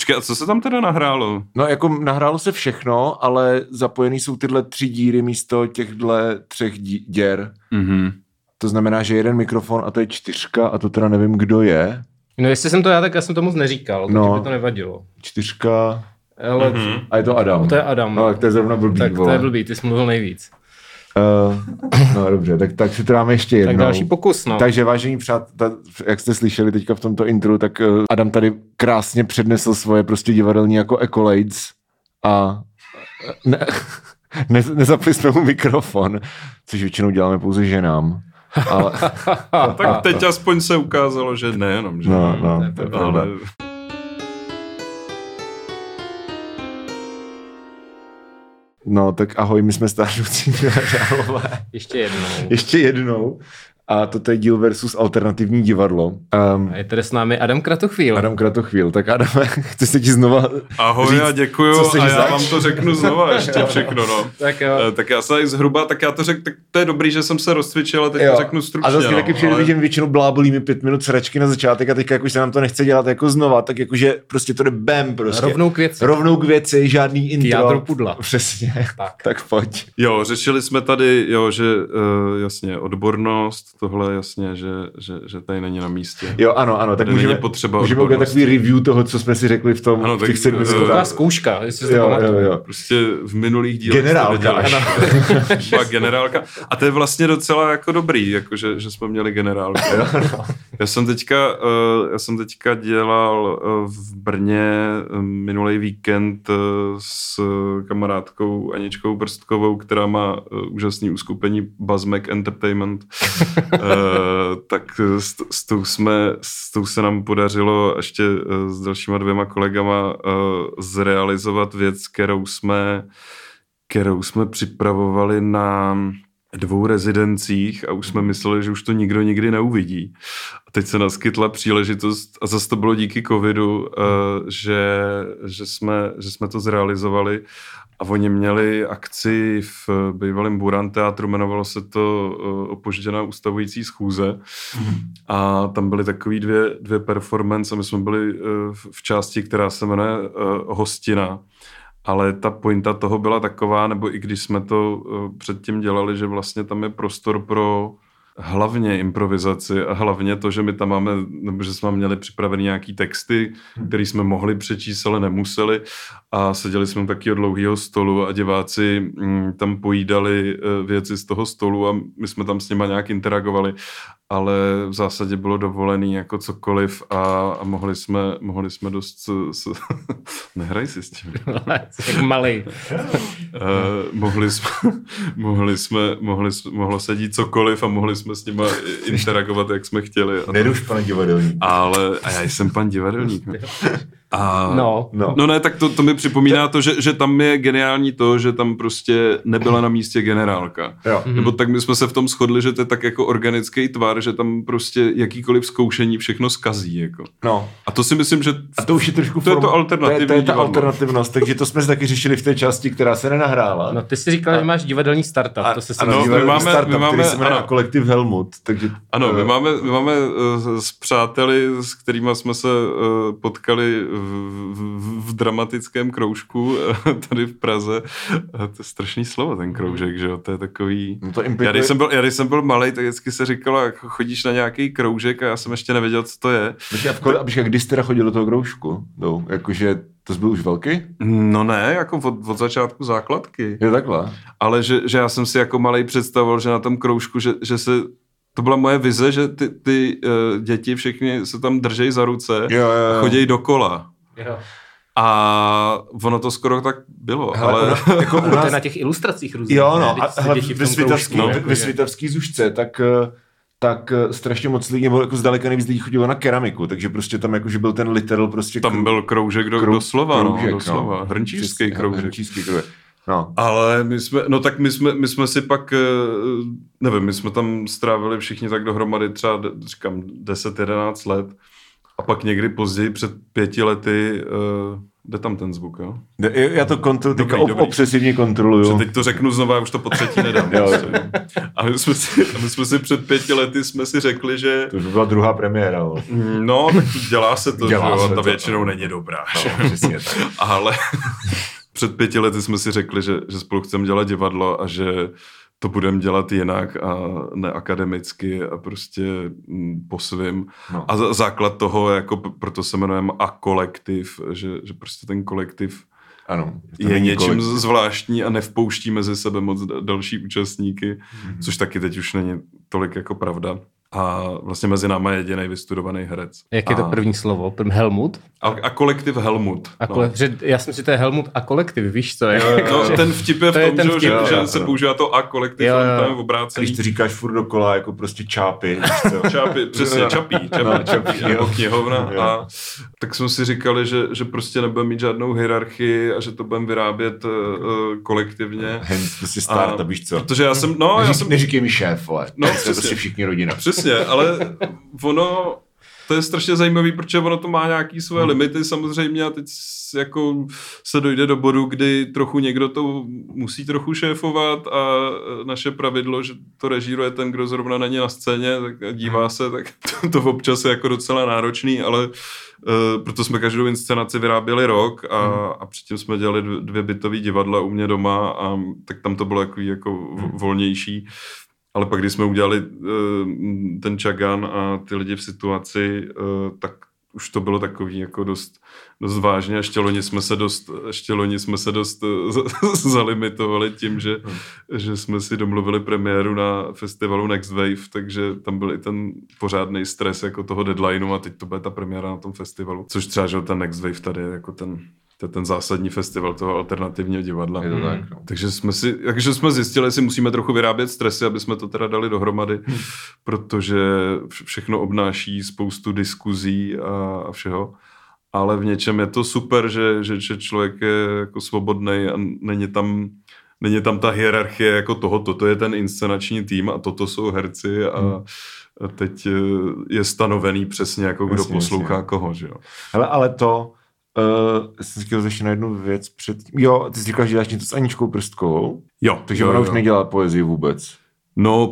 Počkej, a co se tam teda nahrálo? No jako nahrálo se všechno, ale zapojený jsou tyhle 3 díry místo těchto 3 děr. Mhm. To znamená, že jeden mikrofon a to je 4 a to teda nevím, kdo je. No jestli jsem to já, tak já jsem to moc neříkal, takže by to nevadilo. 4 Ale a je to Adam. to je Adam. No, tak to je zrovna blbý. Tak to je blbý, ty jsi mluvil nejvíc. No dobře, tak si to dáme ještě jednou. Tak další pokus, no. Takže vážení přátelé, jak jste slyšeli teďka v tomto intru, tak Adam tady krásně přednesl svoje prostě divadelní jako accolades a nezapli jsme mu mikrofon, což většinou děláme pouze ženám. Ale... Tak teď aspoň se ukázalo, že nejenom, že No, ale... No, tak ahoj, my jsme stárnoucí Řálové. Ještě jednou. A toto je díl versus alternativní divadlo. A je tady s námi Adam Kratochvíl. Adam Kratochvíl. Tak Adame, chci se ti znova ahoj říct, a děkuju a já vám to řeknu znova ještě všechno, no. Tak jo. Tak já se zhruba, tak já to řeknu, tak to je dobrý, že jsem se rozcvičil a teď to řeknu stručně. A zase taky přijde, ale... že většinou blábolí mi 5 minut sračky na začátek a teďka jako se nám to nechce dělat jako znova, tak jakože prostě to jde bam prostě. Rovnou k věci, žádný intro. Jádro pudla. Přesně. Tak pojď. Jo, řešili jsme tady, jo, že jasně odbornost, tohle jasně, že tady není na místě. Jo, ano, tak můžeme udělat takový review toho, co jsme si řekli v tom ano, v těch 7 taková zkouška, jestli se to jo. Prostě v minulých dílech byla generálka. A to je vlastně docela jako dobrý, jako že jsme měli generálku. Já jsem teďka dělal v Brně minulý víkend s kamarádkou Aničkou Brstkovou, která má úžasný uskupení Buzzmac Entertainment. Tak s tou se nám podařilo ještě s dalšíma 2 kolegama zrealizovat věc, kterou jsme připravovali na 2 rezidencích a už jsme mysleli, že už to nikdo nikdy neuvidí. A teď se naskytla příležitost a zase to bylo díky covidu, že jsme to zrealizovali a oni měli akci v bývalém Buran teátru, jmenovalo se to Opožděná ustavující schůze a tam byly takový 2 performance a my jsme byli v části, která se jmenuje Hostina. Ale ta pointa toho byla taková, nebo i když jsme to předtím dělali, že vlastně tam je prostor pro hlavně improvizaci a hlavně to, že my tam máme, nebo že jsme měli připravený nějaký texty, který jsme mohli přečíst, ale nemuseli a seděli jsme u takového dlouhého stolu a diváci tam pojídali věci z toho stolu a my jsme tam s nima nějak interagovali, ale v zásadě bylo dovolený jako cokoliv a mohli jsme dost nehraj si s tím. Jak malej. Mohlo se dít cokoliv a mohli jsme s nima interagovat, jak jsme chtěli. Neruš, pane divadelník. A já jsem pan divadelník. No ne, tak to mi připomíná to, že tam je geniální to, že tam prostě nebyla na místě generálka. Jo. Nebo tak my jsme se v tom shodli, že to je tak jako organický tvar, že tam prostě jakýkoliv zkoušení všechno zkazí. Jako. No. A to si myslím, že a to už je trošku to je to alternativní to je ta alternativnost, takže to jsme taky řešili v té části, která se nenahrála. No ty jsi říkal, že máš divadelní startup. To se my máme který se jmenuje Kolektiv Helmut. Takže, ano, my máme s přáteli, s kterými jsme se potkali v dramatickém kroužku tady v Praze. To je strašný slovo, ten kroužek, že jo? To je takový... No to když jsem byl malej, tak vždycky se říkalo, jako chodíš na nějaký kroužek a já jsem ještě nevěděl, co to je. A když jsi teda chodil do toho kroužku? No, jakože to jsi byl už velký? No ne, jako od začátku základky. Je takhle. Ale že já jsem si jako malej představoval, že na tom kroužku, že se... To byla moje vize, že ty děti všechny se tam držej za ruce a choděj dokola. Jo. A ono to skoro tak bylo, hele, ale... Jako to je na těch ilustracích různých. Jo, no, a ve Svitavský Zušce, tak strašně moc lidí, nebo jako zdaleka nejvíc lidí chodilo na keramiku, takže prostě tam jakože byl ten literal prostě... Tam byl kroužek doslova. Hrnčířský kroužek. No. Ale my jsme si pak, nevím, my jsme tam strávili všichni tak dohromady třeba, říkám, 10-11 let a pak někdy později před 5 lety Jde tam ten zvuk, jo? Já to obsesivně kontroluju. Že teď to řeknu znovu, já už to po třetí nedám. A my jsme si před 5 lety jsme si řekli, že... To už byla druhá premiéra. No, tak dělá se to, a ta většinou není dobrá. No, přesně tak. Ale před 5 lety jsme si řekli, že spolu chceme dělat divadlo a že to budeme dělat jinak a neakademicky a prostě po svým. No. A základ toho, jako proto se jmenujeme A kolektiv, že prostě ten kolektiv je něčím zvláštní a nevpouští mezi sebe moc další účastníky, což taky teď už není tolik jako pravda. A vlastně mezi náma je jedinej vystudovaný herec. Jak je to první slovo? Helmut? A kolektiv Helmut. Já jsem si to je Helmut a kolektiv, víš co? No, ten vtip je v tom, že se používá to a kolektiv, ale tam je v obrácení. Když to říkáš furt dokola, jako prostě čápy. Čápy, přesně, čapí, jako knihovna. A tak jsme si říkali, že prostě nebudeme mít žádnou hierarchii a že to budeme vyrábět kolektivně. Prostě startup, víš co? Protože já jsem... Neříkej mi šéf, ale jsme prostě všichni rodina. Přesně, ale ono, to je strašně zajímavý, protože ono to má nějaký svoje limity samozřejmě a teď jako se dojde do bodu, kdy trochu někdo to musí trochu šéfovat a naše pravidlo, že to režíruje ten, kdo zrovna není na scéně, tak dívá se, tak to občas je jako docela náročný, ale proto jsme každou inscenaci vyráběli rok a předtím jsme dělali 2 bytový divadla u mě doma a tak tam to bylo jako volnější. Ale pak, když jsme udělali ten Čagan a ty lidi v situaci, tak už to bylo takový jako dost vážně a ještě loni jsme se dost zalimitovali tím, že jsme si domluvili premiéru na festivalu Next Wave, takže tam byl i ten pořádný stres jako toho deadlineu a teď to bude ta premiéra na tom festivalu. Což třeba, že ten Next Wave tady je jako ten zásadní festival toho alternativního divadla. Je to tak, no. Takže jsme zjistili, že musíme trochu vyrábět stresy, aby jsme to teda dali dohromady, protože všechno obnáší spoustu diskuzí a všeho. Ale v něčem je to super, že člověk je jako svobodnej a není tam ta hierarchie jako toto je ten inscenační tým a toto jsou herci a teď je stanovený přesně jako kdo poslouchá koho, že jo. Ale to jsem chtěl ještě na jednu věc Jo, ty jsi říkal, že děláš něco s Aničkou Prstkovou? Jo. Takže ona už nedělá poezii vůbec. No,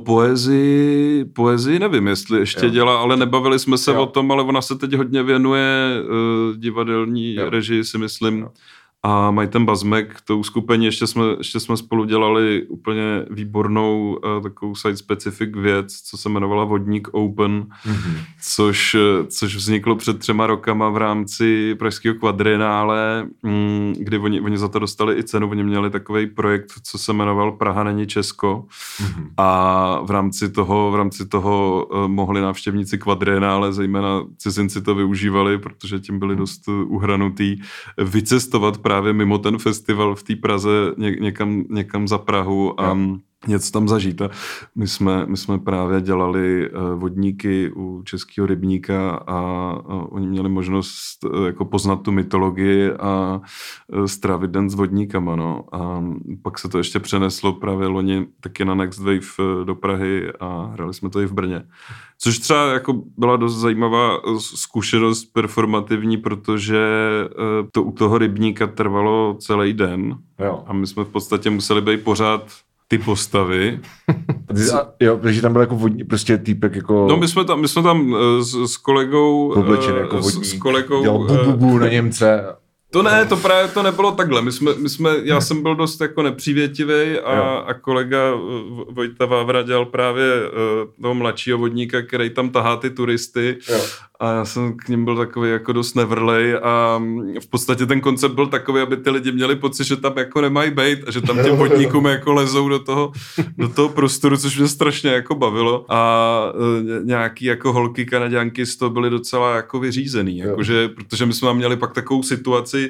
poezii nevím, jestli ještě dělá, ale nebavili jsme se o tom, ale ona se teď hodně věnuje divadelní režii, si myslím. A mají ten Bazmek, to uskupení, ještě jsme spolu dělali úplně výbornou takovou site-specific věc, co se jmenovala Vodník Open, což vzniklo před 3 rokama v rámci pražského kvadrienále, kdy oni za to dostali i cenu, oni měli takový projekt, co se jmenoval Praha není Česko a v rámci toho mohli návštěvníci kvadrienále, zejména cizinci to využívali, protože tím byli dost uhranutý, vycestovat právě mimo ten festival v té Praze někam za Prahu a něco tam zažít. A my jsme právě dělali vodníky u Českého rybníka a oni měli možnost jako poznat tu mytologii a strávit den s vodníkama. No. A pak se to ještě přeneslo právě loni taky na Next Wave do Prahy a hráli jsme to i v Brně. Což třeba jako byla dost zajímavá zkušenost performativní, protože to u toho rybníka trvalo celý den a my jsme v podstatě museli být pořád ty postavy. Jo, protože tam byl jako vodní, prostě týpek jako... No my jsme tam s kolegou... Oblečený jako vodník. S kolegou... Dělal bu na Němce. To ne, to právě to nebylo takhle. Já jsem byl dost jako nepřívětivý a kolega Vojta Vávra dělal právě toho mladšího vodníka, který tam tahá ty turisty. Jo. A já jsem k ním byl takový jako dost nevrlej a v podstatě ten koncept byl takový, aby ty lidi měli pocit, že tam jako nemají bejt a že tam těm vodníkům jako lezou do toho prostoru, což mě strašně jako bavilo. A nějaký jako holky Kanaďanky z toho byly docela jako vyřízený, jakože, protože my jsme tam měli pak takovou situaci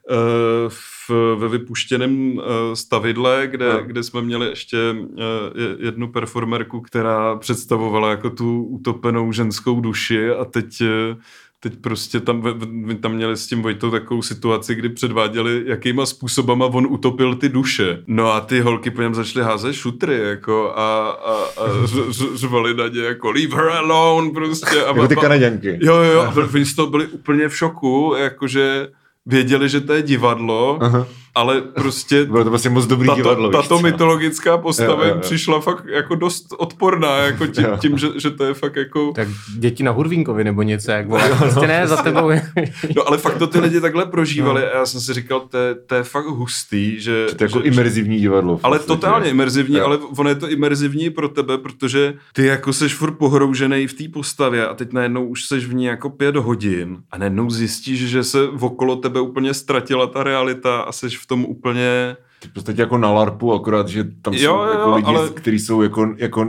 ve vypuštěném stavidle, kde jsme měli ještě jednu performerku, která představovala jako tu utopenou ženskou duši a teď prostě tam měli s tím Vojtou takovou situaci, kdy předváděli, jakýma způsobama on utopil ty duše. No a ty holky po něm začaly házet šutry, jako a řvali na ně, jako leave her alone, prostě. Jako ty Kanaďanky. Jo, a oni z toho byli úplně v šoku, jakože věděli, že to je divadlo, ale prostě bylo to vlastně moc dobrý divadlo. Tato mytologická postava jim přišla fakt jako dost odporná, jako tím že to je fakt jako... Tak děti na Hurvínkovi nebo něco, jak volá. Prostě ne, za tebou. No ale fakt to ty lidi takhle prožívali a já jsem si říkal, to je fakt hustý, že... To je jako imerzivní divadlo. Ale totálně imerzivní, ale ono je to imerzivní pro tebe, protože ty jako seš furt pohroužený v té postavě a teď najednou už seš v ní jako 5 hodin a najednou zjistíš, že se okolo tebe úplně ztratila ta realita a seš v tom úplně... V podstatě jako na LARPu, akorát, že tam jsou jako lidi, ale... kteří jsou jako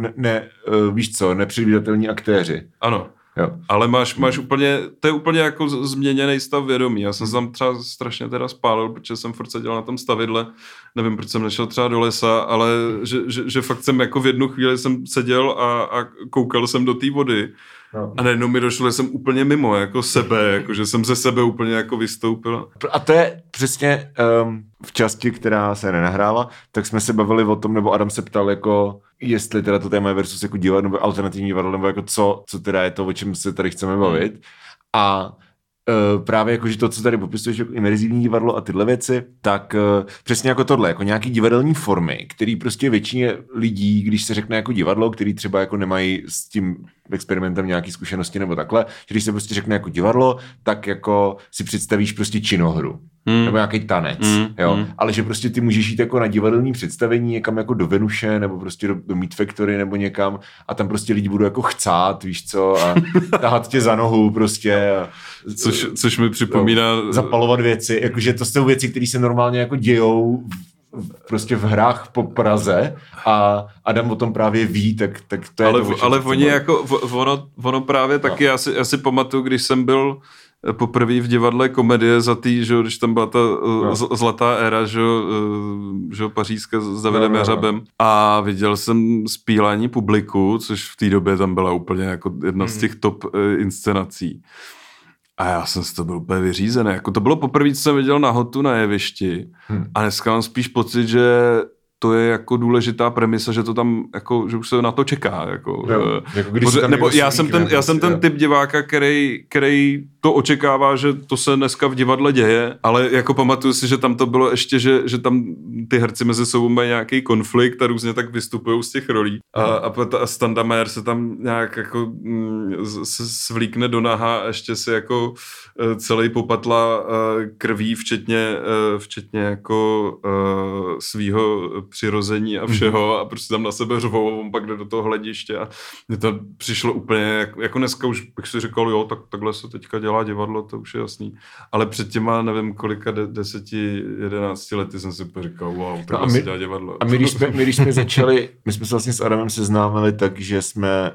víš co, nepředvídatelní aktéři. Ano. Jo. Ale máš úplně, to je úplně jako změněný stav vědomí. Já jsem se tam třeba strašně teda spálil, protože jsem furt seděl na tom stavidle, nevím, proč jsem nešel třeba do lesa, ale že fakt jsem jako v jednu chvíli jsem seděl a koukal jsem do té vody. No. A najednou mi došlo, že jsem úplně mimo, jako sebe, jako že jsem ze sebe úplně jako vystoupil. A to je přesně v části, která se nenahrála, tak jsme se bavili o tom, nebo Adam se ptal, jako jestli teda to téma je versus jako divadlo, nebo alternativní divadlo, nebo jako co teda je to, o čem se tady chceme bavit. A právě jako, že to, co tady popisuješ jako imerzivní divadlo a tyhle věci, tak přesně jako tohle, jako nějaký divadelní formy, který prostě většině lidí, když se řekne jako divadlo, který třeba jako nemají s tím experimentem nějaký zkušenosti nebo takhle, že když se prostě řekne jako divadlo, tak jako si představíš prostě činohru. Nebo nějaký tanec, jo. Ale že prostě ty můžeš jít jako na divadelní představení někam jako do Venuše, nebo prostě do Meat Factory, nebo někam a tam prostě lidi budou jako chcát, víš co, a tahat tě za nohu prostě. A, což mi připomíná... Zapalovat věci, jakože to jsou věci, které se normálně jako dějou prostě v hrách po Praze a Adam o tom právě ví, tak to je ale oni jako, ono právě taky, já si pamatuju, když jsem byl poprvé v divadle komedie za tý, že když tam byla ta zlatá éra, že pařížská s Davidem Jařabem a viděl jsem Zpílání publiku, což v té době tam byla úplně jako jedna z těch top inscenací. A já jsem si to byl úplně vyřízený. Jako to bylo poprvé, co jsem viděl Nahotu na jevišti. A dneska mám spíš pocit, že to je jako důležitá premisa, že to tam, jako, že už se na to čeká. Jako, nebo já jsem ten typ diváka, který to očekává, že to se dneska v divadle děje, ale jako pamatuju si, že tam to bylo ještě, že tam ty herci mezi sebou mají nějaký konflikt a různě tak vystupují z těch rolí. A Standa Meyer se tam nějak jako svlíkne do naha a ještě si jako celý popatla krví, včetně jako svýho přirození a všeho a prostě tam na sebe řvou a on pak jde do toho hlediště a mně to přišlo úplně, jako dneska už bych si říkal, jo, takhle se teďka dělá divadlo, to už je jasný. Ale před těma, nevím kolika, 10-11 lety jsem si říkal, wow, takhle se dělá divadlo. A my když jsme začali, my jsme se vlastně s Adamem seznámili tak, že jsme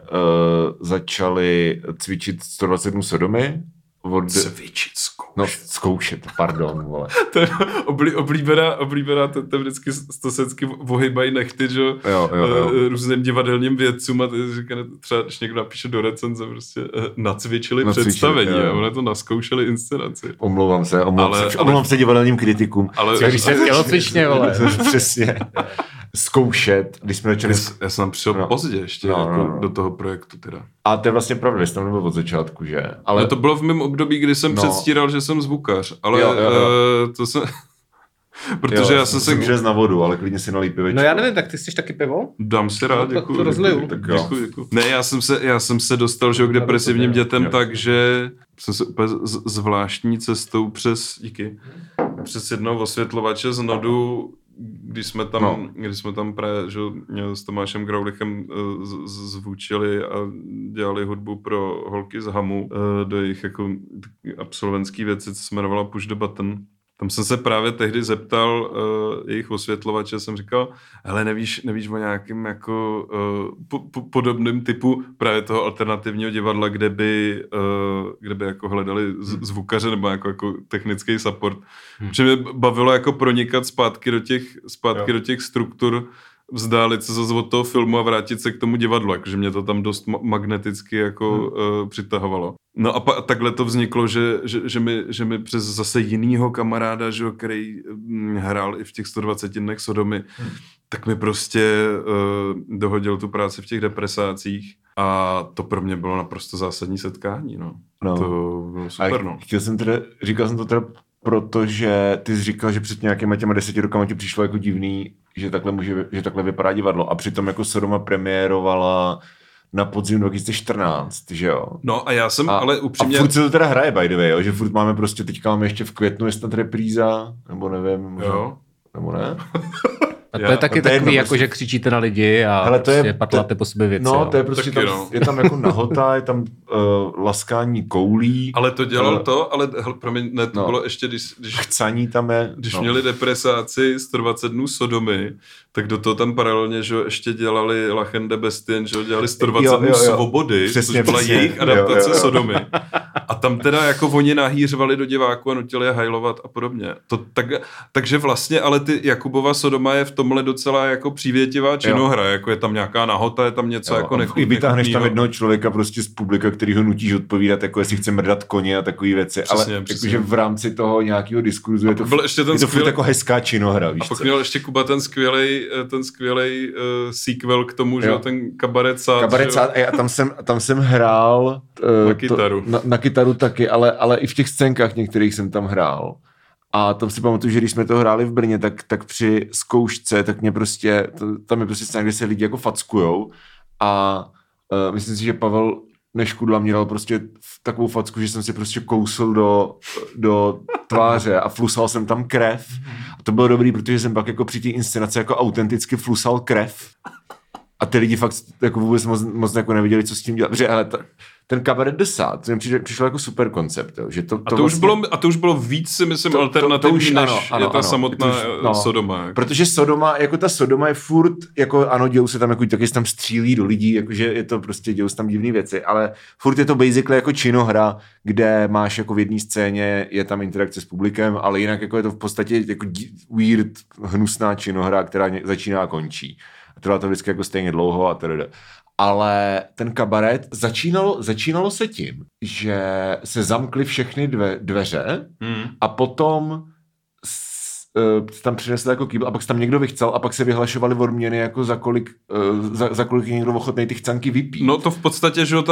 začali cvičit 120 dnů Sodomy. Cvičit, zkoušet. No, zkoušet, pardon, vole. To je oblíbená, to vždycky stosensky vohybají nechty, že jo. Různým divadelním vědcům a ty říkají, třeba když někdo napíše do recenze, prostě nacvičili představení a ono to naskoušeli inscenaci. Omlouvám se divadelním kritikům. Ale když se tělocvičně, vole. Přesně. Zkoušet, když jsme začali... Já jsem přišel pozdě ještě do toho projektu teda. A to je vlastně pravda, jsi tam nebyl od začátku, že? Ale to bylo v mém období, kdy jsem předstíral, že jsem zvukař, ale to jsem... Protože já jsem se... Můžeš na vodu, ale klidně si nalí pivečku. No já nevím, tak ty chceš taky pivo? Dám si rád, děkuju. To rozliju. Děkuju. Ne, já jsem se dostal, že k depresivním dětem, takže jsem se úplně zvláštní cestou přes jednoho osvětlovače z Nodu, když jsme tam právě, že s Tomášem Graulichem zvučili a dělali hudbu pro holky z Hamu do jejich jako absolventský věci, co se jmenovala Push the Button. Tam jsem se právě tehdy zeptal jejich osvětlovače, jsem říkal, hele, nevíš o nějakým jako podobným typu právě toho alternativního divadla, kde by jako hledali zvukaře nebo jako technický support. Protože mě bavilo jako pronikat zpátky do těch struktur, vzdálit se zase od toho filmu a vrátit se k tomu divadlu, jakože mě to tam dost magneticky jako přitahovalo. No a takhle to vzniklo, že mi přes zase jinýho kamaráda, že, který hrál i v těch 120 dnech Sodomy, tak mi prostě dohodil tu práci v těch depresácích a to pro mě bylo naprosto zásadní setkání. No. To bylo super. Říkal jsem to teda protože ty jsi říkal, že před nějakýma těma 10 rokama ti přišlo jako divný, že takhle vypadá divadlo. A přitom jako Sodoma premiérovala na podzim 2014, že jo? No a já jsem ale upřímně... A furt se to teda hraje, by the way, jo? Že furt máme prostě, teďka máme ještě v květnu, je snad repríza, nebo nevím, možná, jo. Nebo ne? A to je taky takový, jako že křičíte na lidi a hele, prostě patláte po sobě věci. No, to je prostě tam, je tam jako nahota, je tam laskání koulí. Ale to dělal to, ale promiň, ne, to bylo ještě, když chcaní tam je. Když měli depresáci 120 dnů Sodomy, tak do toho tam paralelně, že ještě dělali Lachende Bestien, že dělali 120 dnů Svobody, přesně, což byla jejich adaptace Sodomy. A tam teda jako oni nahýřvali do diváků a nutili je hajlovat a podobně. Takže vlastně, ale ty Jakubova Sodoma je v tomhle docela jako přívětivá činohra, jako je tam nějaká nahota, je tam něco jako nechutný. I vytáhneš tam jednoho člověka prostě z publika, který ho nutíš odpovídat, jako jestli chce mrdat koně a takové věci, přesně, ale jakože v rámci toho nějakého diskurzu je to furt jako hezká činohra, víš. A pak měl ještě Kuba ten skvělej sequel k tomu, že ten Kabaret Sád. A tam jsem hrál na kytaru. Na kytaru taky, ale i v těch scénkách některých jsem tam hrál. A tam si pamatuju, že když jsme to hráli v Brně, tak při zkoušce, tak mě prostě, tam je prostě scéna, kde se lidi jako fackujou a myslím si, že Pavel Neškudla mě dal prostě takovou facku, že jsem si prostě kousl do tváře a flusal jsem tam krev. A to bylo dobrý, protože jsem pak jako při té inscenaci jako autenticky flusal krev. A ty lidi fakt jako vůbec moc jako nevěděli, co s tím dělat. Protože ten Kabaret de Sád, to mi přišlo jako super koncept. Jo, že to už bylo víc, si myslím, alternativní, než je ta samotná Sodoma. Jako. Protože Sodoma, jako ta Sodoma je furt, jako ano, dějou se tam, jako taky se tam střílí do lidí, jakože je to prostě, dějou se tam divné věci, ale furt je to basically jako činohra, kde máš jako v jedné scéně, je tam interakce s publikem, ale jinak jako je to v podstatě jako weird, hnusná činohra, která začíná a končí. A trvá to vždycky jako stejně dlouho a teda. Ale ten kabaret začínalo se tím, že se zamkly všechny dveře a potom tam přinesli jako kýbl a pak se tam někdo vychcel a pak se vyhlašovali odměny jako za kolik je někdo ochotný ty chcanky vypít. No to v podstatě, že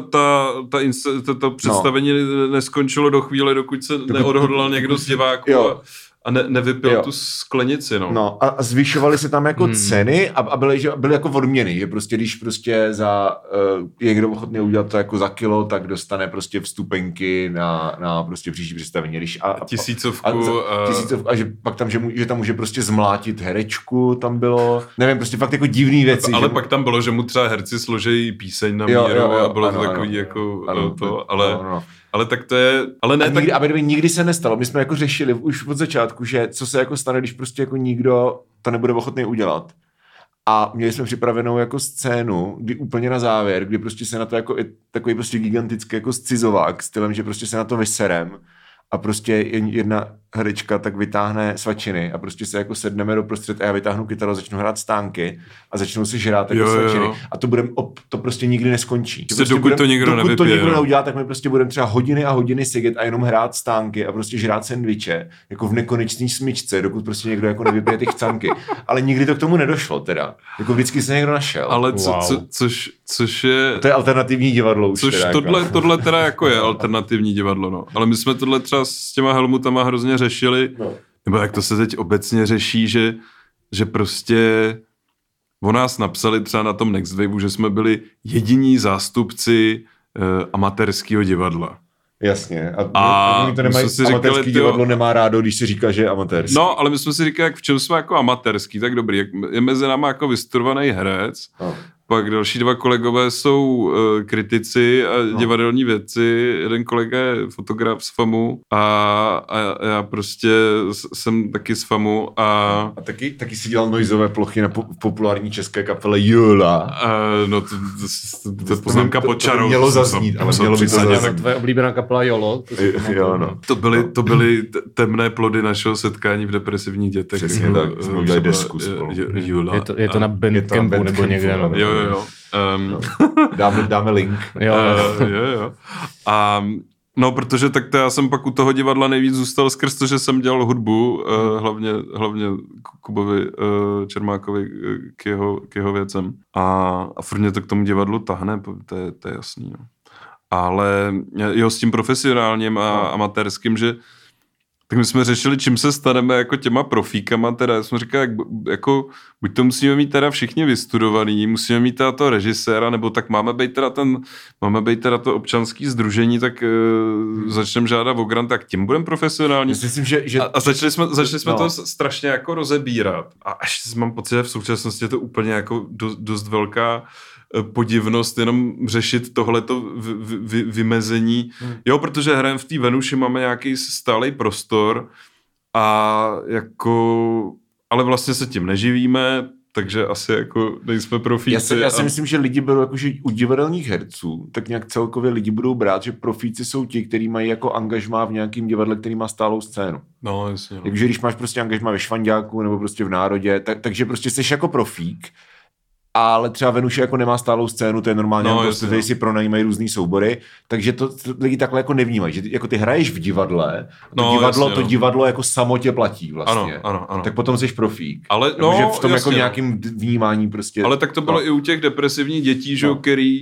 to představení neskončilo do chvíle, dokud se neodhodlal někdo z diváků a nevypil tu sklenici, no. No a zvyšovaly se tam jako ceny a byly jako odměny, že prostě když prostě je někdo ochotný udělat to jako za kilo, tak dostane prostě vstupenky na prostě příští představení. Tisícovku. A že pak tam, že tam může prostě zmlátit herečku, tam bylo, nevím, prostě fakt jako divný věci. Ale pak tam bylo, že mu třeba herci složejí píseň na míru a bylo to takový jako to, ale... Ale tak to je... Ale ne, nikdy se nestalo. My jsme jako řešili už od začátku, že co se jako stane, když prostě jako nikdo to nebude ochotný udělat. A měli jsme připravenou jako scénu, kdy úplně na závěr, kdy prostě se na to jako takový prostě gigantický jako scizovák stylem, že prostě se na to vyserem a prostě jedna herečka tak vytáhne svačiny a prostě se jako sedneme doprostřed a já vytáhnu kytaru, začnu hrát stánky a začnou si žrát jako svačiny. A to prostě nikdy neskončí. Prostě dokud to nikdo neudělá, tak my prostě budeme třeba hodiny a hodiny sedět a jenom hrát stánky a prostě žrát sendviče jako v nekonečné smyčce, dokud prostě někdo jako nevypije ty chcanky. Ale nikdy to k tomu nedošlo teda. Jako vždycky se někdo našel. Ale což je... To je alternativní divadlo už. Což teda, tohle teda jako je alternativní divadlo, no. Ale my jsme tohle třeba s těma Helmutama hrozně řešili, nebo jak to se teď obecně řeší, že prostě o nás napsali třeba na tom Next Waveu, že jsme byli jediní zástupci amatérského divadla. Jasně. A to nemají, amatérský divadlo nemá rádo, když se říká, že je amatérský. No, ale my jsme si říkali, jak v čem jsme jako amatérský, tak dobrý. Jak je mezi náma jako vystudovaný herec, pak další dva kolegové jsou kritici a divadelní vědci, jeden kolega je fotograf z FAMu a já prostě jsem taky z FAMu a taky si dělal noizové plochy na populární české kapele Jola. No to je poznámka pod čarou. To mělo zaznít, ale mělo by to zaznít. Tvoje oblíbená kapela Jolo. Jo, no. To byly temné plody našeho setkání v depresivních dětech. Přesně tak, jsme udělali desku spolu. Je to na Bandcampu nebo někde. Jo. Dáme link. Jo. A no, protože tak to já jsem pak u toho divadla nejvíc zůstal skrz to, že jsem dělal hudbu, hlavně Kubovi Čermákovi k jeho věcem. A furt mě to k tomu divadlu tahne, to je jasný. No. Ale s tím profesionálním a amatérským, že tak my jsme řešili, čím se staneme jako těma profíkama, teda jsme říkali, jako buď to musíme mít teda všichni vystudovaný, musíme mít teda toho režiséra, nebo tak máme být teda to občanský sdružení, tak začneme žádat o grant, tak tím budeme profesionální. Myslím, že... A začali jsme to strašně jako rozebírat. A až mám pocit, že v současnosti je to úplně jako dost velká podivnost jenom řešit tohleto vymezení. Jo, protože hrajeme v té Venuši, máme nějaký stálej prostor a jako, ale vlastně se tím neživíme, takže asi jako nejsme profíci. Já si myslím, že lidi berou jakože u divadelních herců, tak nějak celkově lidi budou brát, že profíci jsou ti, kteří mají jako angažmá v nějakém divadle, který má stálou scénu. No, jasně. No. Takže když máš prostě angažmá ve Švanďáku nebo prostě v Národě, takže prostě jsi jako profík, ale třeba Venuše jako nemá stálou scénu, to je normálně, prostě tady si pronajímají různý soubory, takže to lidi takhle jako nevnímají, že jako ty hraješ v divadle, to divadlo jako samotě platí vlastně. Ano. Tak potom jsi profík. Ale že v tom jako nějakým vnímání prostě. Ale tak to bylo i u těch depresivních dětí, že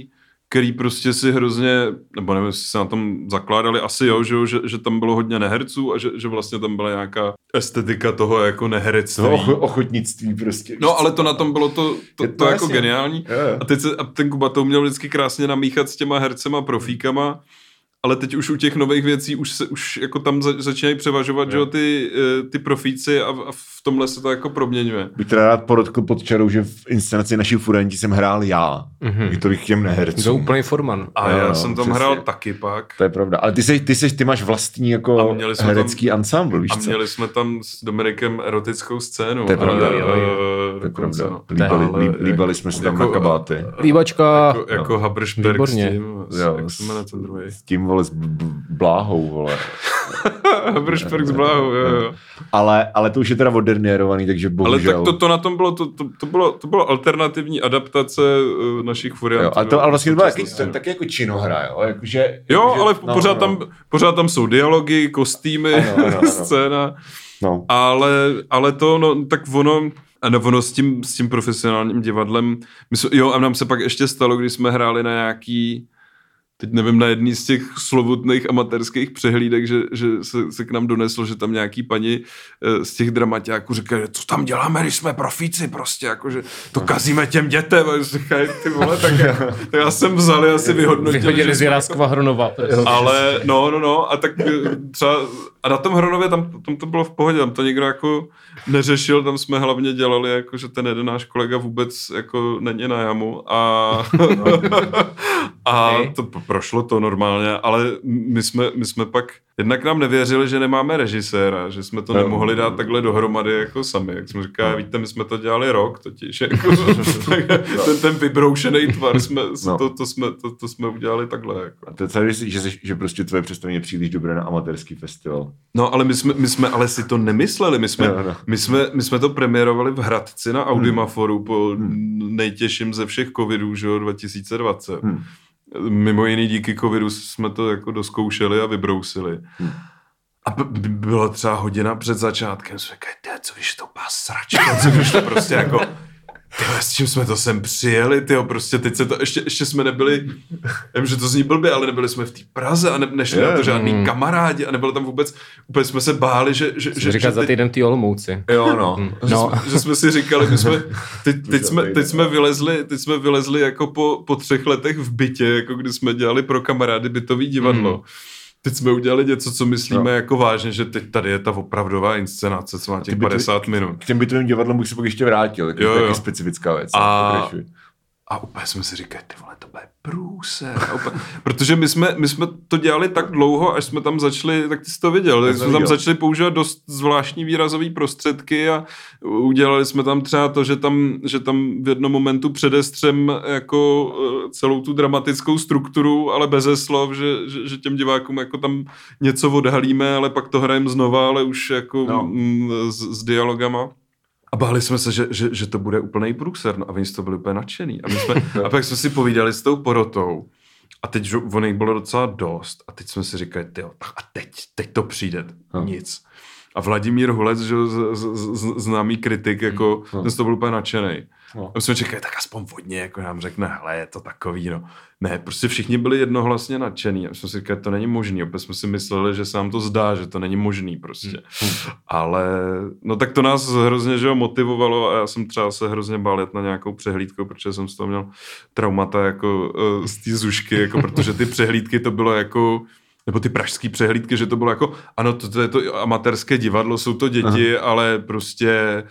který prostě si hrozně, nebo nevím, jestli se na tom zakládali, asi jo, že tam bylo hodně neherců a že vlastně tam byla nějaká estetika toho jako neherectví. Ochotnictví prostě. No, ale to na tom bylo to jako geniální. A ten Kuba to uměl vždycky krásně namíchat s těma hercema, profíkama, ale teď už u těch nových věcí už jako tam začínají převažovat, že ty profíci a v tomhle se to jako proměňuje. Bych teda rád podotkl pod čarou, že v inscenaci Naši furenti jsem hrál já. I to bych těm nehercům. To úplný forman. A já jsem tam hrál taky pak. To je pravda. Ale ty máš vlastní jako herecký ansámbl, víš co? A měli jsme tam s Dominikem erotickou scénu. To je pravda. To je pravda. Líbali jsme se tam na kabáty. Líbačka. Jako Haberšperk s tím. Jak se jmenuje ten druhý? S tím, vole, s Bláhou, vole. Haberšperk s Bláhou, jo. Ale to už je teda odernérovaný, takže bohužel. Ale tak to na tom bylo, to bylo alternativní adaptace našich furiantů. Ale vlastně to bylo taky jako činohra, jo? Ale pořád tam jsou dialogy, kostýmy, scéna. No. Ale to, tak ono s tím profesionálním divadlem, a nám se pak ještě stalo, když jsme hráli na nějaký, teď nevím, na jedný z těch slovutných amatérských přehlídek, že se k nám doneslo, že tam nějaký paní z těch dramaťáků říkají, co tam děláme, když jsme profíci prostě, jakože to kazíme těm dětem. A říkají, ty vole, tak já jsem vzal, já si vyhodnotil. Vyhodili z Jiráskova Hronova. Ale no, a tak třeba, a na tom Hronově tam to bylo v pohodě, tam to nikdo jako neřešil, tam jsme hlavně dělali, jako, že ten jeden náš kolega vůbec jako není na jamu a to prošlo to normálně, ale my jsme pak, jednak nám nevěřili, že nemáme režiséra, že jsme to nemohli dát takhle dohromady jako sami, jak jsme říkali, víte, my jsme to dělali rok, totiž jako, ten vybroušený tvar, to jsme udělali takhle. Jako. A to je celý, že prostě tvoje představení je příliš dobré na amatérský festival. No, ale my jsme ale si to nemysleli, my jsme to premiérovali v Hradci na Audimaforu po nejtěžším ze všech covidů, že 2020. Mimo jiný díky covidu jsme to jako doskoušeli a vybrousili. A bylo třeba hodina před začátkem, jsme říkali, co víš, to byla sračka, co víš, to prostě jako, s čím jsme to sem přijeli, prostě teď se to, ještě jsme nebyli, nevím, že to zní blbě, ale nebyli jsme v té Praze a nešli na to žádný kamarádi a nebylo tam vůbec, úplně jsme se báli, že říkat za týden ty Olomouci. Jo, no. Že jsme si říkali, teď jsme vylezli jako po 3 letech v bytě, jako když jsme dělali pro kamarády bytový divadlo. Teď jsme udělali něco, co myslíme jako vážně, že teď tady je ta opravdová inscenace, co má těch 50 minut. K těm bytovým divadlům bych se pak ještě vrátil, taky specifická věc. A úplně jsme si říkali, ty vole, to bude průser. Protože my jsme to dělali tak dlouho, až jsme tam začali, tak ty jsi to viděl, tak jsme tam začali používat dost zvláštní výrazové prostředky a udělali jsme tam třeba to, že tam v jednom momentu předestřem jako celou tu dramatickou strukturu, ale beze slov, že těm divákům jako tam něco odhalíme, ale pak to hrajeme znova, ale už jako s dialogama. A báli jsme se, že to bude úplnej průser, no a oni z toho byli úplně nadšený. A pak jsme si povídali s tou porotou a teď ono jich bylo docela dost a teď jsme si říkali, tyjo, a teď to přijde, nic. A Vladimír Hulec, že známý kritik, jako ten z toho byl úplně nadšenej. No. A jsme čekali, tak aspoň vodně, jako nám řekne, hele, je to takový, no. Ne, prostě všichni byli jednohlasně nadšený. A jsme si říkali, to není možný. Opět jsme si mysleli, že se nám to zdá, že to není možný prostě. Ale, no tak to nás hrozně, že ho motivovalo a já jsem třeba se hrozně bál jet na nějakou přehlídku, protože jsem z toho měl traumata jako z té zušky, jako protože ty přehlídky to bylo jako, nebo ty pražský přehlídky, že to bylo jako, ano, to je to amatérské divadlo, jsou to děti, ale prostě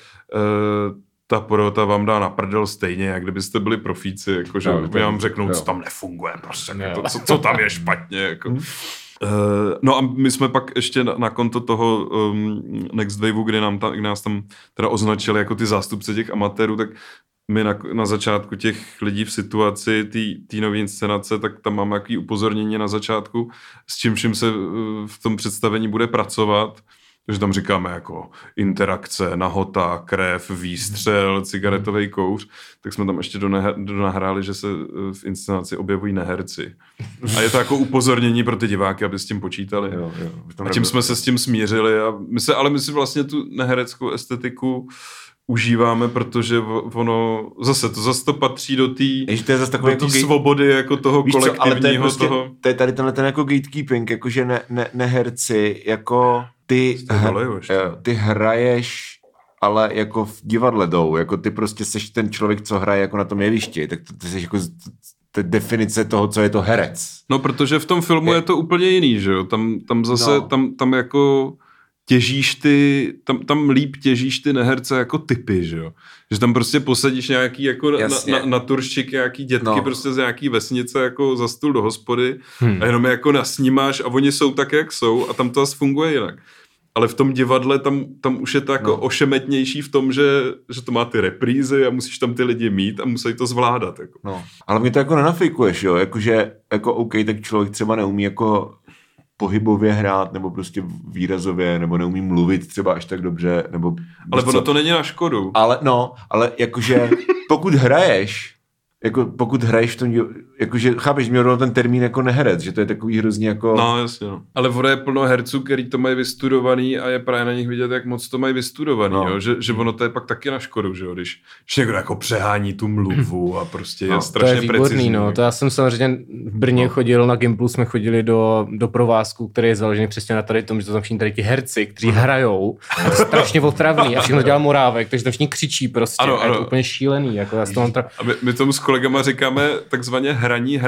ta porota vám dá na prdel stejně, jak kdybyste byli profíci, jakože vám řeknou, co tam nefunguje, prostě, co tam je špatně, jako. No a my jsme pak ještě na konto toho Next Waveu, kdy nás tam teda označili jako ty zástupce těch amatérů, tak my na začátku těch lidí v situaci té nové inscenace, tak tam máme jaký upozornění na začátku, s čím se v tom představení bude pracovat. Takže tam říkáme jako interakce, nahota, krev, výstřel, cigaretový kouř, tak jsme tam ještě donahráli, že se v inscenaci objevují neherci. A je to jako upozornění pro ty diváky, aby s tím počítali. Jo. A tím jsme se s tím smířili. A my si vlastně tu nehereckou estetiku užíváme, protože ono zase to patří do té jako svobody jako toho kolektivního. Prostě, to je tady tenhle ten jako gatekeeping, jakože neherci, jako ty hraješ, ale jako v divadle jdou, jako ty prostě seš ten člověk, co hraje jako na tom jevišti, tak ty seš jako to je definice toho, co je to herec. No, protože v tom filmu je to úplně jiný, že jo, tam zase, tam jako těžíš tam líp těžíš ty neherce jako typy, že jo. Že tam prostě posadíš nějaký jako naturščik, nějaký dětky prostě z nějaký vesnice jako za stůl do hospody a jenom je jako nasnímáš a oni jsou tak, jak jsou a tam to asi funguje jinak. Ale v tom divadle tam už je to jako ošemetnější v tom, že to má ty reprízy a musíš tam ty lidi mít a musí to zvládat. Jako. No. Ale mě to jako nenafejkuješ, jo, jakože jako OK, tak člověk třeba neumí jako pohybově hrát, nebo prostě výrazově, nebo neumí mluvit třeba až tak dobře, nebo... Ale ono to není na škodu. Ale jakože pokud hraješ v tom, jakože chápeš, měl ten termín jako neherec, že to je takový hrozně jako... No, jasně, no. Ale voda je plno herců, který to mají vystudovaný a je právě na nich vidět, jak moc to mají vystudovaný, jo? Že ono to je pak taky na škodu, že jo, když někdo jako přehání tu mluvu a prostě je strašně precizní. To je výborný, no. To já jsem samozřejmě v Brně chodil na Gimplu, jsme chodili do provázku, který je založený přesně na tady tom, že to tam všichni tady ti herci, kteří hrajou, a to je strašně otravný a všechno dělá Morávek, takže to všichni křičí prostě, ano. A je to úplně šílený, jako já my tomu s kolegama říkáme takzvaně hraní.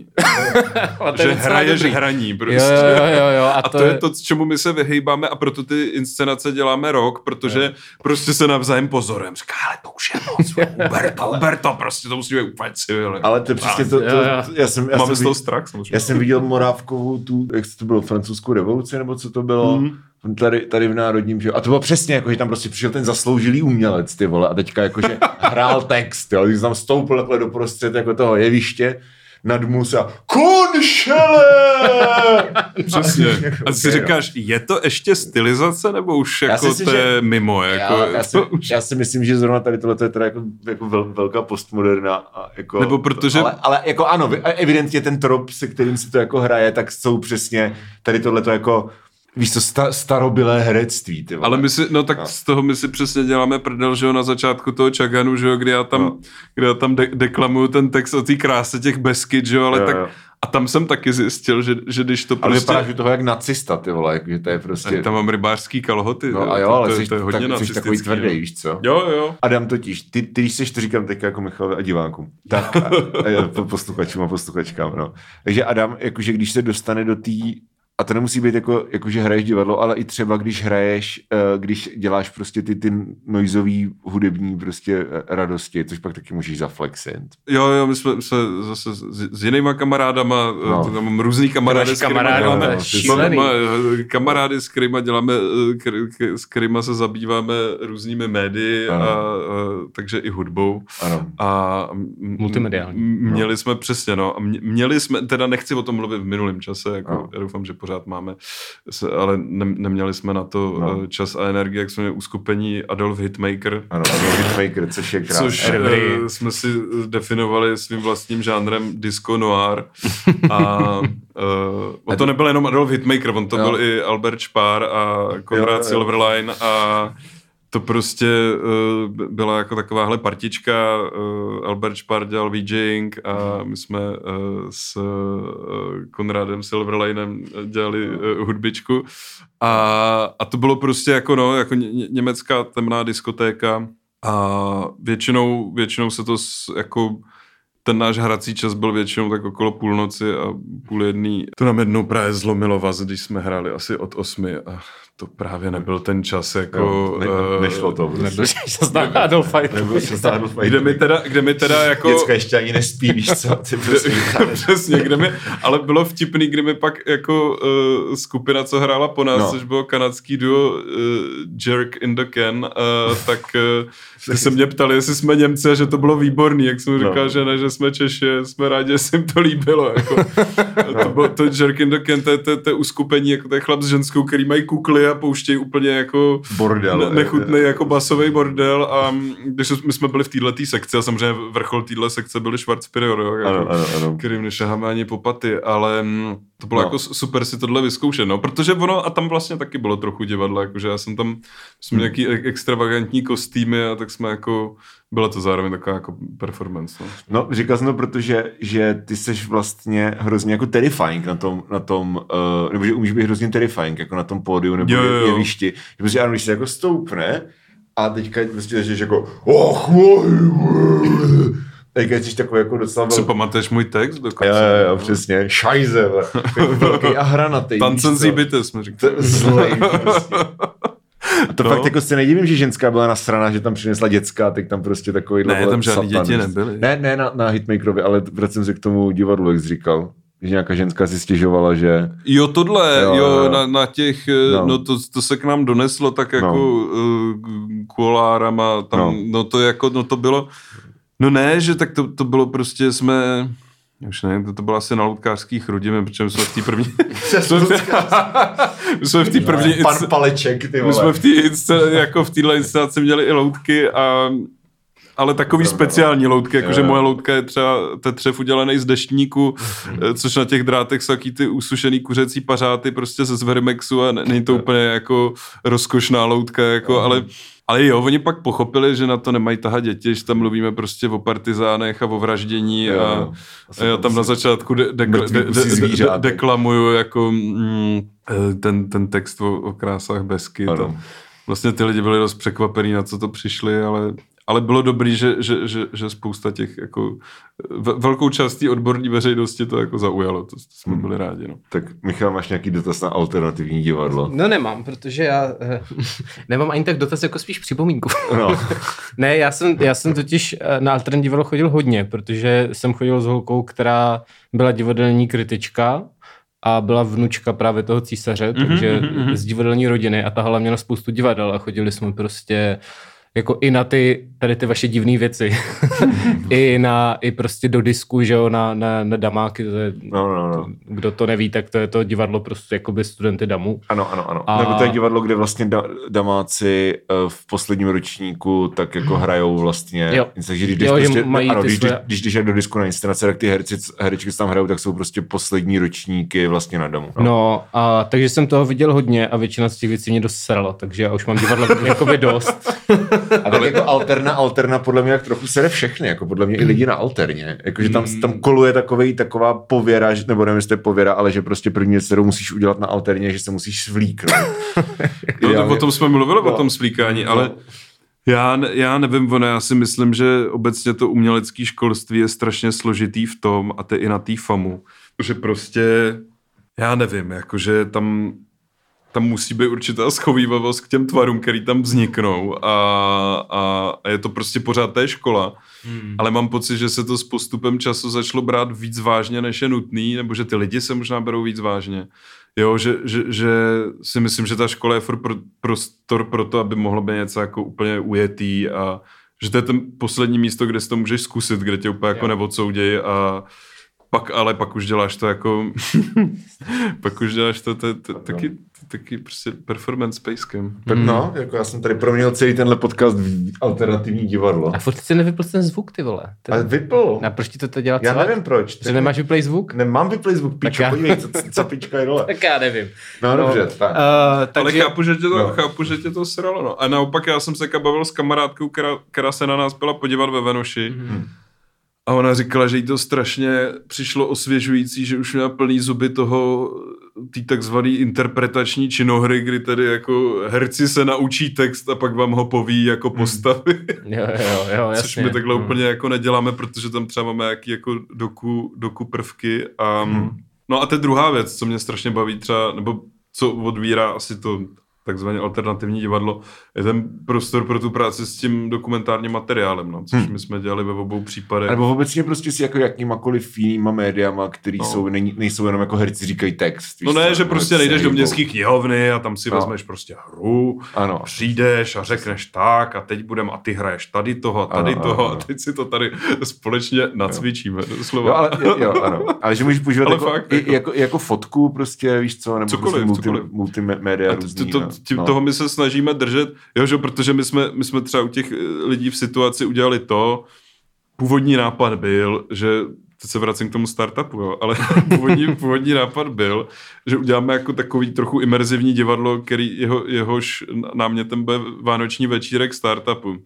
Že hraješ hraní prostě. Jo. A to je to, čemu my se vyhejbáme a proto ty inscenace děláme rok, protože prostě se navzájem pozorem říká, ale to už je moc, Uber to prostě, to musí být úplně civil. Ale to přesně to máme z toho strach samozřejmě. Já jsem viděl Morávkovou tu, jak to bylo, francouzskou revoluci, nebo co to bylo, tady v Národním, že? A to bylo přesně jako, že tam prostě přišel ten zasloužilý umělec, ty vole, a teďka jakože hrál text, jo, když tam stoupil takhle do prostřed jako toho jeviště, nad mus a konšele! Přesně. A ty si říkáš, je to ještě stylizace, nebo už jako myslím, to je mimo? Jako, já si myslím, že zrovna tady tohle je teda jako velká postmoderna. A jako, nebo protože... Ale jako ano, evidentně ten trop, se kterým si to jako hraje, tak jsou přesně tady tohleto jako víš co, starobylé herectví, ty vole. Ale z toho my si přesně děláme prdel, že jo, na začátku toho Čaganu, že jo, kdy já tam deklamuju ten text o té kráse těch Beskyd, že jo, ale tak... A tam jsem taky zjistil, že když to prostě... Ale vypadáš u toho jak nacista, ty vole, že to je prostě... Tam mám rybářský kalhoty. No a jo, ale to je hodně nacistický. Jsi takový tvrdý, víš co? Jo. Adam totiž, ty když seš, to říkám teď jako Michalovi a divákům. Tak, posluchačům a posluchačkám, no. Takže Adam, jakože když se dostane do té... A to nemusí být jako že hraješ divadlo, ale i třeba když děláš prostě ty noizový hudební prostě radosti, což pak taky můžeš zaflexit. Jo, my jsme zase s jinýma kamarádama, tam mám různý kamarády, kamarády, s kterýma děláme, s kterýma se zabýváme různými médii, takže i hudbou. Ano. A multimediální. Měli jsme přesně, no. A měli jsme, teda nechci o tom mluvit v minulém čase, jako já doufám, že pořád máme, ale neměli jsme na to čas a energii, jak jsme měli uskupení Adolf Hitmaker. Ano, Adolf Hitmaker, což je krásné. Což jsme si definovali svým vlastním žánrem disco noir a to nebyl jenom Adolf Hitmaker, on to byl i Albert Špár a Konrad Silverline a to prostě byla jako takováhle partička, Albert Špár dělal VJing a my jsme s Konrádem Silverlinem dělali hudbičku a to bylo prostě jako německá temná diskotéka a většinou se to jako ten náš hrací čas byl většinou tak okolo půlnoci a 12:30. To nám jednou právě zlomilo vaz, když jsme hráli asi od 8 a to právě nebyl ten čas, jako... Nešlo to. Nebyl čas na Adolfa. Kde mi teda jako... Děcka ještě ani nespí, víš co? Přesně, ale bylo vtipný, kdy mi pak jako skupina, co hrála po nás, což bylo kanadský duo Jerk in the Can, tak ty se mě ptali, jestli jsme Němci a že to bylo výborný, jak jsem říkal, že ne, že jsme Češi, jsme rádi, že se jim to líbilo. Jako. To Jerk in the Can, to je uskupení, jako to je chlap s ženskou, který mají kukly a pouštějí úplně jako nechutný jako basový bordel a když my jsme byli v této sekci a samozřejmě vrchol této sekce byli Schwarzprior, kterým nešaháme ani po paty, ale to bylo jako super si tohle vyzkoušet, protože ono a tam vlastně taky bylo trochu divadla, jakože já jsem tam jsme nějaký extravagantní kostýmy a tak jsme jako byla to zároveň taková jako performance. No, říkal jsem to, protože že ty seš vlastně hrozně jako terrifying na tom nebo že umíš být hrozně terrifying jako na tom pódiu nebo jevišti. Protože ano, když se jako stoupne a teďka prostě jsi jako teďka jsi takový jako docela... Co pamatuješ můj text dokonce? Jo, přesně. Šajze, velký a hranatý. Tancenzí byte, jsme říkali. Zlej, prostě. A to fakt jako se nedivím, že ženská byla nasraná, že tam přinesla děcka, teď tam prostě takový... Ne, tam žádný děti nebyly. Ne, na Hitmakerovi, ale vracím se k tomu divadlu, jak jsi říkal. Že nějaká ženská si stěžovala, že... Jo, tohle, na těch, to se k nám doneslo tak jako kuolárama, tam, to bylo... No ne, že tak to bylo prostě, už nevím, to bylo asi na loutkářských Chrudimi, protože jsme v té první... my jsme v té první... Pan Paleček, ty vole. My jsme v téhle inscenaci měli i loutky, ale takový speciální loutky, jakože moje loutka je třeba tetřev udělaný z deštníku, což na těch drátech jsou taky ty usušený kuřecí pařáty prostě ze Zvermexu a není to úplně jako rozkošná loutka, jako, ale jo, oni pak pochopili, že na to nemají tahat děti, že tam mluvíme prostě o partizánech a o vraždění a já tam na začátku deklamuju jako ten text o krásách Besky. Vlastně ty lidi byli dost překvapený, na co to přišli, ale bylo dobrý, že spousta těch jako velkou část té odborné veřejnosti to jako zaujalo, to jsme byli rádi. No. Tak Michal, máš nějaký dotaz na alternativní divadlo? No nemám, protože já nemám ani tak dotaz, jako spíš připomínku. No. Ne, já jsem totiž na alternativní divadlo chodil hodně, protože jsem chodil s holkou, která byla divadelní kritička a byla vnučka právě toho císaře, takže z divadelní rodiny a ta hala měla spoustu divadel a chodili jsme prostě jako i na tady ty vaše divné věci. I prostě do disku, že jo, na damáky. No. Kdo to neví, tak to je to divadlo prostě jakoby studenty damu. Ano. Nebo to je divadlo, kde vlastně damáci v posledním ročníku tak jako hrajou vlastně. Jo. Takže když jdeš do disku na inscenace, tak ty herečky tam hrajou, tak jsou prostě poslední ročníky vlastně na damu. No a takže jsem toho viděl hodně a většina z těch věcí mě dost srala, takže já už mám divadlo jakoby dost. A tak jako alterna podle mě jak trochu sere všechny, jako podle mě i lidi na alterně. Jakože tam koluje taková pověra, nebo nevím, jestli je pověra, ale že prostě první věc, kterou musíš udělat na alterně, že se musíš svlíknout. O tom jsme mluvili, o tom svlíkání, ale já nevím, já si myslím, že obecně to umělecké školství je strašně složitý v tom, a to i na té FAMu, že prostě, já nevím, jakože tam musí být určitá schovívavost k těm tvarům, který tam vzniknou a je to prostě pořád té škola. Ale mám pocit, že se to s postupem času začalo brát víc vážně, než je nutný, nebo že ty lidi se možná berou víc vážně. Jo, že si myslím, že ta škola je prostor pro to, aby mohlo být něco jako úplně ujetý a že to je ten poslední místo, kde si to můžeš zkusit, kde tě úplně jako neodsoudějí a pak už děláš to jako, pak už děláš to taky prostě performance basecam. No, jako já jsem tady proměnil celý tenhle podcast v alternativní divadlo. A furt si nevypl ten zvuk, ty vole. Ale vypl. A proč ti to dělat? Já nevím proč. Že nemáš vyplej zvuk? Nemám vyplej zvuk, pičo, podívej, capička je dole. Tak já nevím. No dobře, tak. Ale chápu, že tě to sralo, no. A naopak já jsem se bavil s kamarádkou, která se na nás byla podívat ve Venoši. A ona říkala, že jí to strašně přišlo osvěžující, že už měla plný zuby té takzvaný interpretační činohry, kdy tedy jako herci se naučí text a pak vám ho poví jako postavy. Jo, jasně. Což my takhle úplně jako neděláme, protože tam třeba máme jaký jako doku prvky. No a to je druhá věc, co mě strašně baví třeba, nebo co odvírá asi to takzvané alternativní divadlo, je ten prostor pro tu práci s tím dokumentárním materiálem, no, což my jsme dělali ve obou případech. Nebo obecně prostě si jako jakýmakoliv jinýma médiama, který nejsou jenom jako herci říkají text. No ne, že prostě nejdeš do městské knihovny a tam si vezmeš prostě hru, přijdeš a řekneš tak a teď budem a ty hraješ tady toho a tady toho a teď si to tady společně nacvičíme. Doslova. Ano. Ale že můžeš používat jako fotku prostě, víš co, nebo cokoliv. Multimédia různý. Toho my se snažíme držet, protože my jsme třeba u těch lidí v situaci udělali to, původní nápad byl, že, teď se vracím k tomu startupu, jo, ale původní nápad byl, že uděláme jako takový trochu imerzivní divadlo, jehož námětem bude vánoční večírek startupu.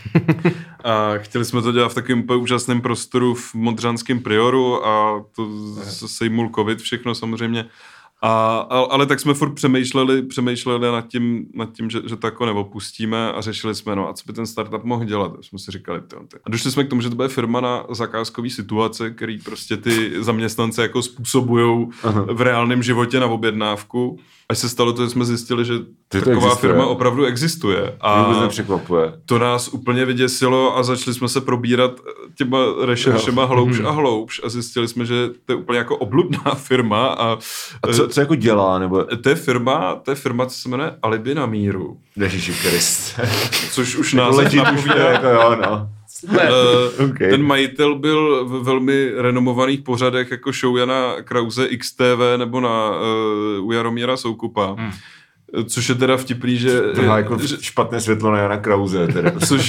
A chtěli jsme to dělat v takovém úplně úžasném prostoru v Modřanském Prioru a to sejmul covid všechno samozřejmě. Ale tak jsme furt přemýšleli nad tím, že to jako neopustíme a řešili jsme, no a co by ten startup mohl dělat. Jsme si říkali, a došli jsme k tomu, že to bude firma na zakázkový situace, který prostě ty zaměstnance jako způsobujou v reálném životě na objednávku. Až se stalo to, že jsme zjistili, že taková firma opravdu existuje. A vůbec nepřekvapuje. To nás úplně vyděsilo a začali jsme se probírat těma rešeršema hloubš a zjistili jsme, že to je úplně jako obludná firma. A co jako dělá? Nebo... To je firma, co se jmenuje Alibi na míru. Ježiši Kriste. Což už název napovídá. Jako jo, no. Okay. Ten majitel byl v velmi renomovaných pořadech jako show Jana Krause XTV nebo u Jaromíra Soukupa. Což je teda vtipný, že... jako špatné světlo na Jana Krause. Teda.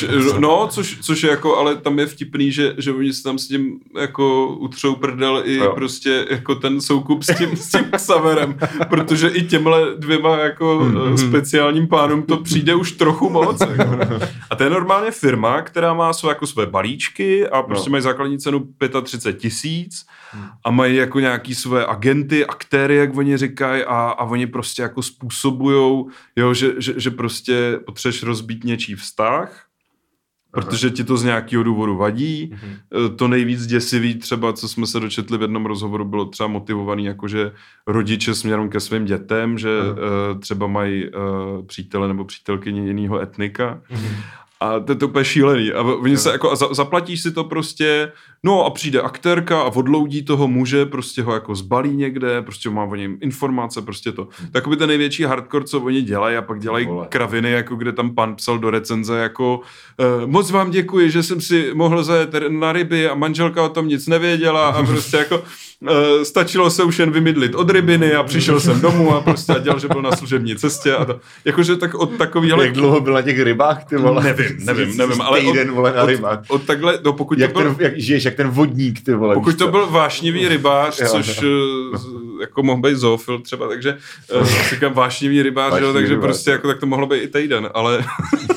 Což je jako, ale tam je vtipný, že oni se tam s tím jako utřou prdel i prostě jako ten Soukup s tím Xaverem, protože i těmhle dvěma jako speciálním pánům to přijde už trochu moc. Jako. A to je normálně firma, která má své balíčky a prostě mají základní cenu 35 000 a mají jako nějaký své agenty, aktéry, jak oni říkají a oni prostě jako způsobujou, že prostě potřebuješ rozbít něčí vztah, protože ti to z nějakého důvodu vadí. To nejvíc děsivý třeba, co jsme se dočetli v jednom rozhovoru, bylo třeba motivovaný jakože rodiče směrem ke svým dětem, že třeba mají přítele nebo přítelkyně jiného etnika. A to je to úplně šílený. A oni se jako, zaplatíš si to prostě, no a přijde aktérka a odloudí toho muže, prostě ho jako zbalí někde, prostě má o něm informace, prostě to. Takový ten největší hardcore, co oni dělají a pak dělají kraviny, jako kde tam pan psal do recenze, jako moc vám děkuji, že jsem si mohl zajet na ryby a manželka o tom nic nevěděla a prostě jako stačilo se už jen vymydlit od rybiny a přišel jsem domů a prostě a dělal, že byl na služební cestě a to. Jakože tak od takovýhle... Jak dlouho byl na těch rybách, ty vole? Nevím, ale od takhle, no pokud jak to byl... žiješ, jak ten vodník, ty vole. Pokud to byl vášnivý rybář, což jako mohl být zoofil třeba, takže říkám vášnivý rybář, takže prostě jako tak to mohlo být i týden, ale...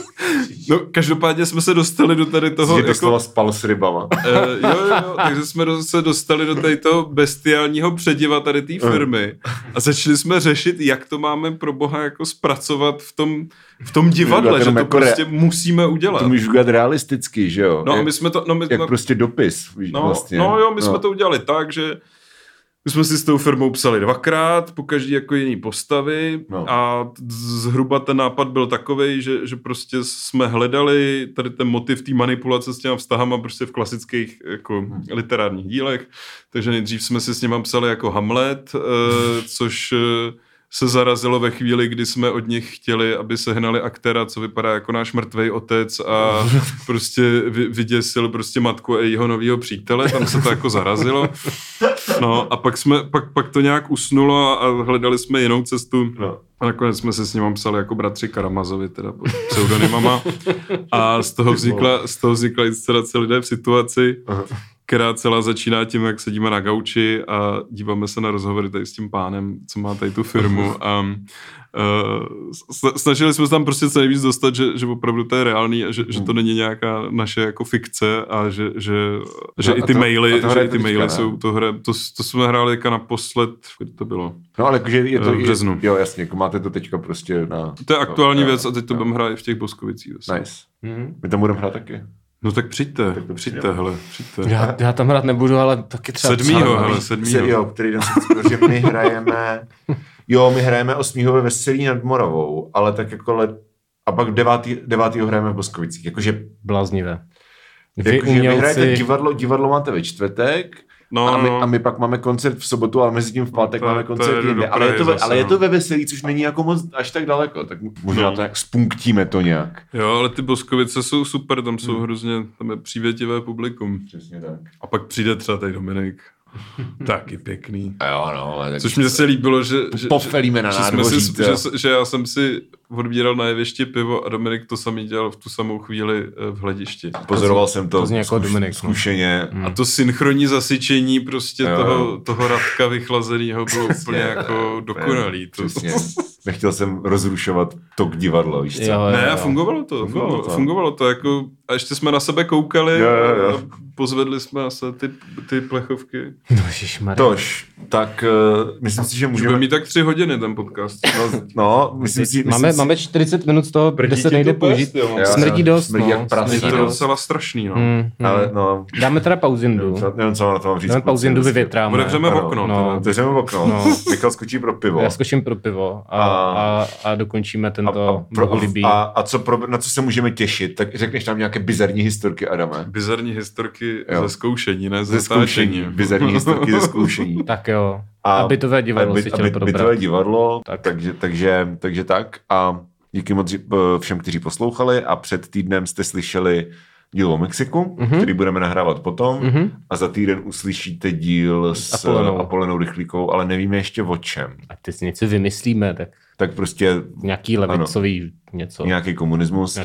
No, každopádně jsme se dostali do tady toho... Jsi doslova spal s rybama. Jo, takže jsme se dostali do tady toho bestiálního přediva tady té firmy a začali jsme řešit, jak to máme pro boha jako zpracovat v tom divadle, že to prostě musíme udělat. To můžeš udělat realisticky, že jo? No a my jsme to... prostě dopis vlastně. My jsme to udělali tak, že my jsme si s tou firmou psali 2krát, po každý jako jiný postavy a zhruba ten nápad byl takovej, že prostě jsme hledali tady ten motiv té manipulace s těma vztahama prostě v klasických jako literárních dílech, takže nejdřív jsme si s nima psali jako Hamlet, což se zarazilo ve chvíli, kdy jsme od nich chtěli, aby sehnali aktéra, co vypadá jako náš mrtvej otec a prostě vyděsil prostě matku a jejího novýho přítele, tam se to jako zarazilo. No a pak to nějak usnulo a hledali jsme jinou cestu. No. A nakonec jsme se s ním psali jako bratři Karamazovi, teda pod pseudonymama. A z toho vznikla inscenace Lidé v situaci, která celá začíná tím, jak sedíme na gauči a díváme se na rozhovory tady s tím pánem, co má tady tu firmu a snažili jsme se tam prostě co nejvíc dostat, že opravdu to je reálný a že to není nějaká naše jako fikce a že i ty maily, jsou to hra, to jsme hráli jako naposled, kdy to bylo? No ale že je to v březnu. Jo, jasně, jako máte to teďka prostě na... To je aktuální věc a teď to budeme hrát i v těch Boskovicích. Nice. My tam budeme hrát taky. No tak přijďte, přijďte. Já tam hrát nebudu, ale taky třeba... 7. Jo, který den si že my hrajeme 8. ve Veselí nad Moravou, ale tak jako a pak 9. hrajeme v Boskovicích, jakože... Bláznivé. Vy hrajete divadlo máte ve čtvrtek, a my pak máme koncert v sobotu, ale mezi tím v pátek máme koncert jinde. Ale je to ve Veselí, což není jako moc až tak daleko, tak možná to nějak spunktíme to nějak. Jo, ale ty Boskovice jsou super, tam jsou hrozně, tam je přívětivé publikum. Přesně tak. A pak přijde třeba tady Dominik. Taky pěkný. Jo, no. Což mi se líbilo, že pofelíme na nádvoří. Že já jsem si odbíral na jevišti pivo a Dominik to samý dělal v tu samou chvíli v hledišti. Pozoroval jsem to jako zkušeně. A to synchronní zasyčení prostě toho Radka vychlazenýho bylo úplně jako dokonalý. Přesně. Nechtěl jsem rozrušovat tok divadla, víš co? Ne, fungovalo to jako, a ještě jsme na sebe koukali a pozvedli jsme asi ty plechovky. Tož, tak myslím si, že můžeme... Budeme mít tak 3 hodiny ten podcast. No, myslím si... Máme 40 minut z toho, kde se nejde použít. Smrdí dost, Je to docela strašný, no. Ale no... Dáme teda pauzindu. Nevím, co mám na to mám říct. Dáme pauzindu, vyvětráme. Otevřeme okno. Otevřeme okno. Michal skočí pro pivo. Já skočím pro pivo a dokončíme tento bohulibý. A na co se můžeme těšit? Tak řekneš nám nějaké bizarní historky, Adame. Bizarní historky ze zkoušení, ne ze zkoušení. Bizarní historky ze zkoušení. Tak jo. A bytové divadlo si chtěl probrat. Bytové divadlo, takže tak. A díky moc všem, kteří poslouchali a před týdnem jste slyšeli díl o Mexiku, který budeme nahrávat potom a za týden uslyšíte díl s Apolenou Rychlíkovou, ale nevíme ještě o čem. A teď si něco vymyslíme, tak prostě... Nějaký levicový něco. Nějaký komunismus.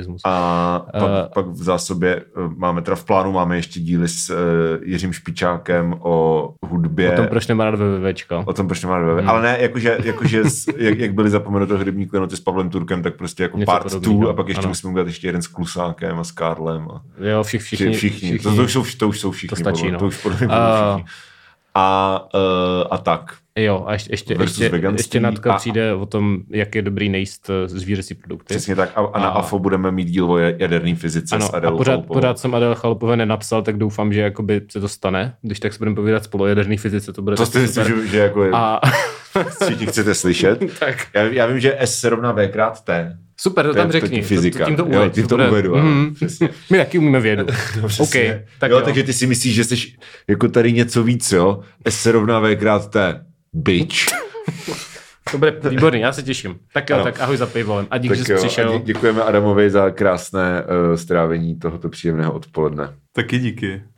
A pak v zásobě v plánu máme ještě díly s Jiřím Špičákem o hudbě. O tom, proč nemá rád VVVčko. Ale ne, jakože jak byli zapomenuté hudební klenoty s Pavlem Turkem, tak prostě jako něco part 2 a pak ještě musíme udělat ještě jeden s Klusákem a s Karlem. Jo, všichni. To už jsou všichni. To stačí, to už podle mě všichni. A tak. Jo, a ještě Natka přijde o tom, jak je dobrý nejíst zvířecí produkty. Přesně tak. A na AFO budeme mít díl o jaderný fyzice s Adélou Chalupovou. Pořád jsem Adéle Chalupové nenapsal, tak doufám, že jakoby se to stane. Když tak se budeme povídat spolu o jaderný fyzice, to bude to tak super. Že jako všichni chcete slyšet. Tak. Já vím, že S se rovná V krát T. Super, to tam řekni. Fyzika. Tím to uvedu. My taky umíme vědu. Okay, takže ty si myslíš, že jsi jako tady něco víc, jo? S se rovná V krát T. Bitch. To bude výborný, já se těším. Tak jo, tak ahoj za pivolem. A díky, že jsi přišel. Děkujeme Adamovi za krásné strávení tohoto příjemného odpoledne. Taky díky.